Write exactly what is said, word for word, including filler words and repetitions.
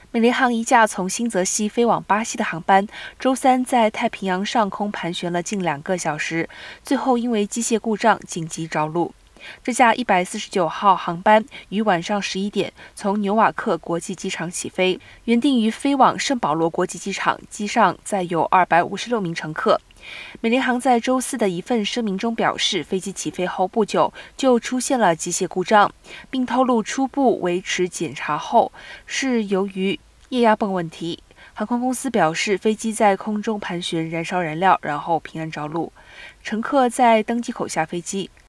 美联航一架从新泽西飞往巴西的航班，周三在太平洋上空盘旋了近两个小时，最后因为机械故障紧急着陆。这架一百四十九号航班于晚上十一点从纽瓦克国际机场起飞，原定于飞往圣保罗国际机场，机上载有二百五十六名乘客。美联航在周四的一份声明中表示，飞机起飞后不久就出现了机械故障，并透露初步维持检查后是由于液压泵问题。航空公司表示，飞机在空中盘旋燃烧燃料，然后平安着陆，乘客在登机口下飞机。